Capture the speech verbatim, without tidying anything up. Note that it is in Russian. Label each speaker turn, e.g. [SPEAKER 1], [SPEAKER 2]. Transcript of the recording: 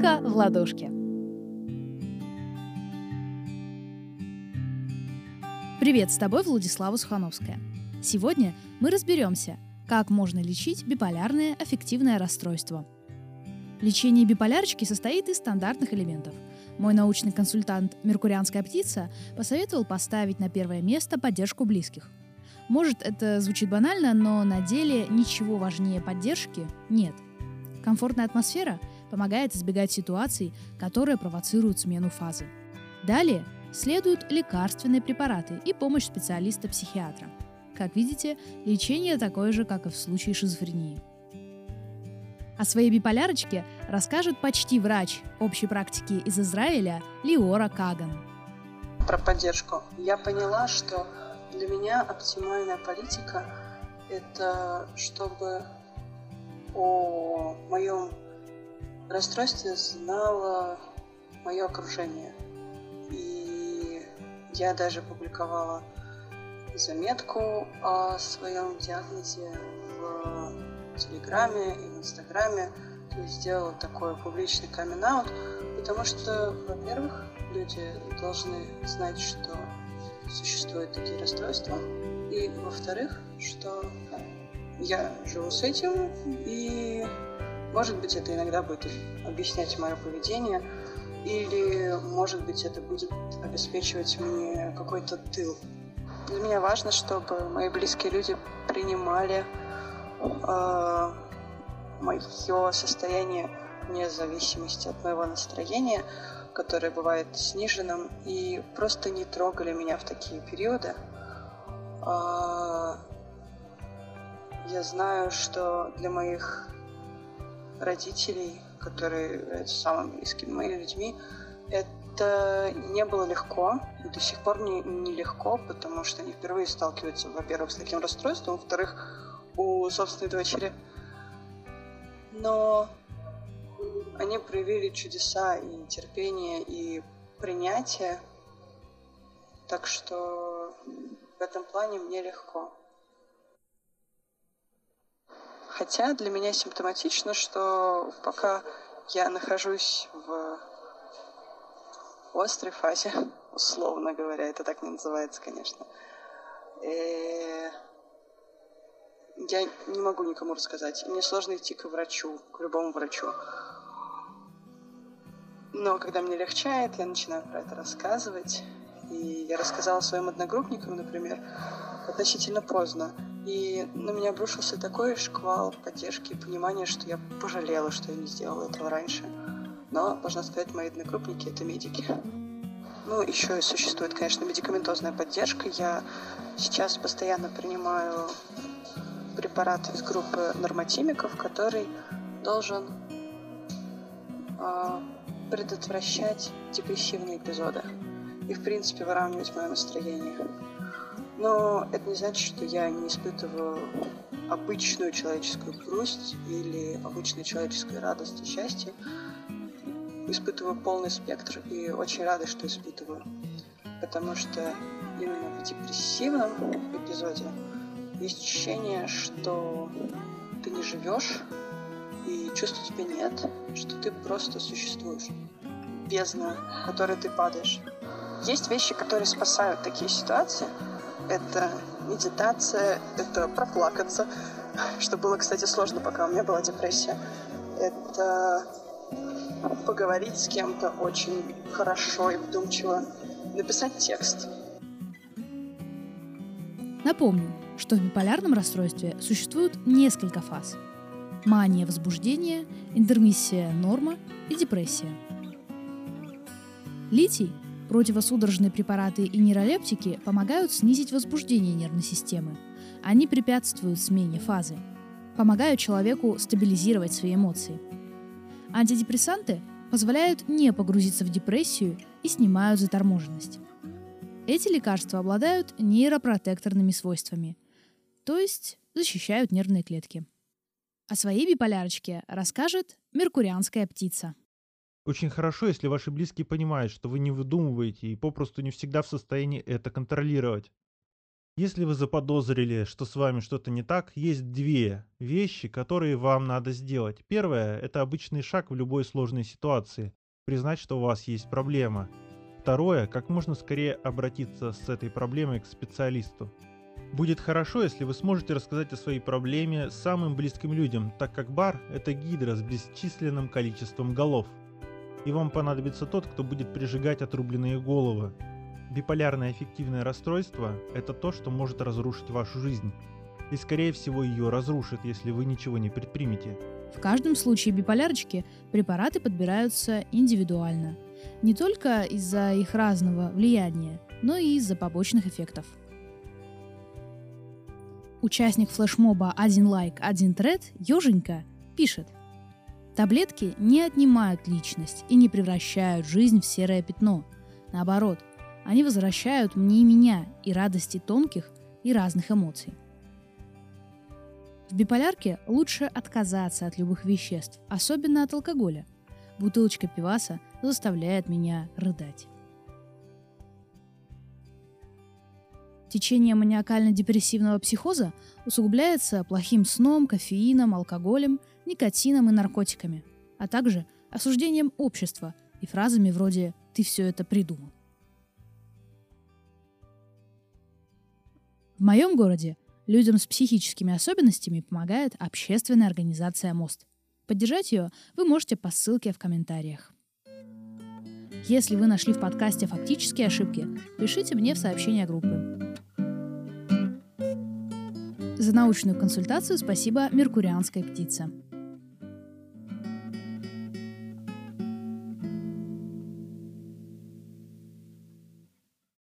[SPEAKER 1] Билка в ладошке. Привет, с тобой Владислава Сухановская. Сегодня мы разберемся, как можно лечить биполярное аффективное расстройство. Лечение биполярочки состоит из стандартных элементов. Мой научный консультант «Меркурианская птица» посоветовал поставить на первое место поддержку близких. Может, это звучит банально, но на деле ничего важнее поддержки нет. Комфортная атмосфера помогает избегать ситуаций, которые провоцируют смену фазы. Далее следуют лекарственные препараты и помощь специалиста-психиатра. Как видите, лечение такое же, как и в случае шизофрении. О своей биполярочке расскажет почти врач общей практики из Израиля Лиора Каган.
[SPEAKER 2] Про поддержку. Я поняла, что для меня оптимальная политика – это чтобы о моем расстройстве знало мое окружение. И я даже публиковала заметку о своем диагнозе в Телеграме и в Инстаграме. То есть сделала такой публичный камин-аут, потому что, во-первых, люди должны знать, что существуют такие расстройства, и, во-вторых, что я живу с этим, и, может быть, это иногда будет объяснять мое поведение, или, может быть, это будет обеспечивать мне какой-то тыл. Для меня важно, чтобы мои близкие люди принимали э, мое состояние вне зависимости от моего настроения, которое бывает сниженным, и просто не трогали меня в такие периоды. Э, я знаю, что для моих родителей, которые являются самыми близкими моими людьми, это не было легко, и до сих пор не, не легко, потому что они впервые сталкиваются, во-первых, с таким расстройством, во-вторых, у собственной дочери. Но они проявили чудеса и терпение, и принятие, так что в этом плане мне легко. Хотя для меня симптоматично, что пока я нахожусь в острой фазе, условно говоря, это так не называется, конечно, и я не могу никому рассказать. И мне сложно идти к врачу, к любому врачу. Но когда мне легчает, я начинаю про это рассказывать. И я рассказала своим одногруппникам, например, относительно поздно. И на меня обрушился такой шквал поддержки и понимания, что я пожалела, что я не сделала этого раньше. Но, можно сказать, мои одногруппники — это медики. Ну, еще и существует, конечно, медикаментозная поддержка. Я сейчас постоянно принимаю препарат из группы нормотимиков, который должен э, предотвращать депрессивные эпизоды и, в принципе, выравнивать мое настроение. Но это не значит, что я не испытываю обычную человеческую грусть или обычную человеческую радость и счастье. Испытываю полный спектр и очень рада, что испытываю. Потому что именно в депрессивном эпизоде есть ощущение, что ты не живешь и чувств у тебя нет, что ты просто существуешь. Бездна, в которой ты падаешь. Есть вещи, которые спасают такие ситуации. Это медитация, это проплакаться, что было, кстати, сложно, пока у меня была депрессия. Это поговорить с кем-то очень хорошо и вдумчиво, написать текст.
[SPEAKER 1] Напомню, что в биполярном расстройстве существует несколько фаз: мания возбуждения, интермиссия норма и депрессия. Литий, противосудорожные препараты и нейролептики помогают снизить возбуждение нервной системы. Они препятствуют смене фазы, помогают человеку стабилизировать свои эмоции. Антидепрессанты позволяют не погрузиться в депрессию и снимают заторможенность. Эти лекарства обладают нейропротекторными свойствами, то есть защищают нервные клетки. О своей биполярочке расскажет Меркурианская птица.
[SPEAKER 3] Очень хорошо, если ваши близкие понимают, что вы не выдумываете и попросту не всегда в состоянии это контролировать. Если вы заподозрили, что с вами что-то не так, есть две вещи, которые вам надо сделать. Первое– это обычный шаг в любой сложной ситуации– признать, что у вас есть проблема. Второе– как можно скорее обратиться с этой проблемой к специалисту. Будет хорошо, если вы сможете рассказать о своей проблеме самым близким людям, так как бар– это гидра с бесчисленным количеством голов. И вам понадобится тот, кто будет прижигать отрубленные головы. Биполярное аффективное расстройство– это то, что может разрушить вашу жизнь. И скорее всего ее разрушит, если вы ничего не предпримете.
[SPEAKER 1] В каждом случае биполярочки препараты подбираются индивидуально. Не только из-за их разного влияния, но и из-за побочных эффектов. Участник флешмоба «Один лайк, один тред» Ёженька пишет: «Таблетки не отнимают личность и не превращают жизнь в серое пятно. Наоборот, они возвращают мне и меня, и радости тонких и разных эмоций». В биполярке лучше отказаться от любых веществ, особенно от алкоголя. Бутылочка пиваса заставляет меня рыдать. Течение маниакально-депрессивного психоза усугубляется плохим сном, кофеином, алкоголем, никотином и наркотиками, а также осуждением общества и фразами вроде «ты все это придумал». В моем городе людям с психическими особенностями помогает общественная организация «Мост». Поддержать ее вы можете по ссылке в комментариях. Если вы нашли в подкасте фактические ошибки, пишите мне в сообщения группы. За научную консультацию спасибо меркурианской птице.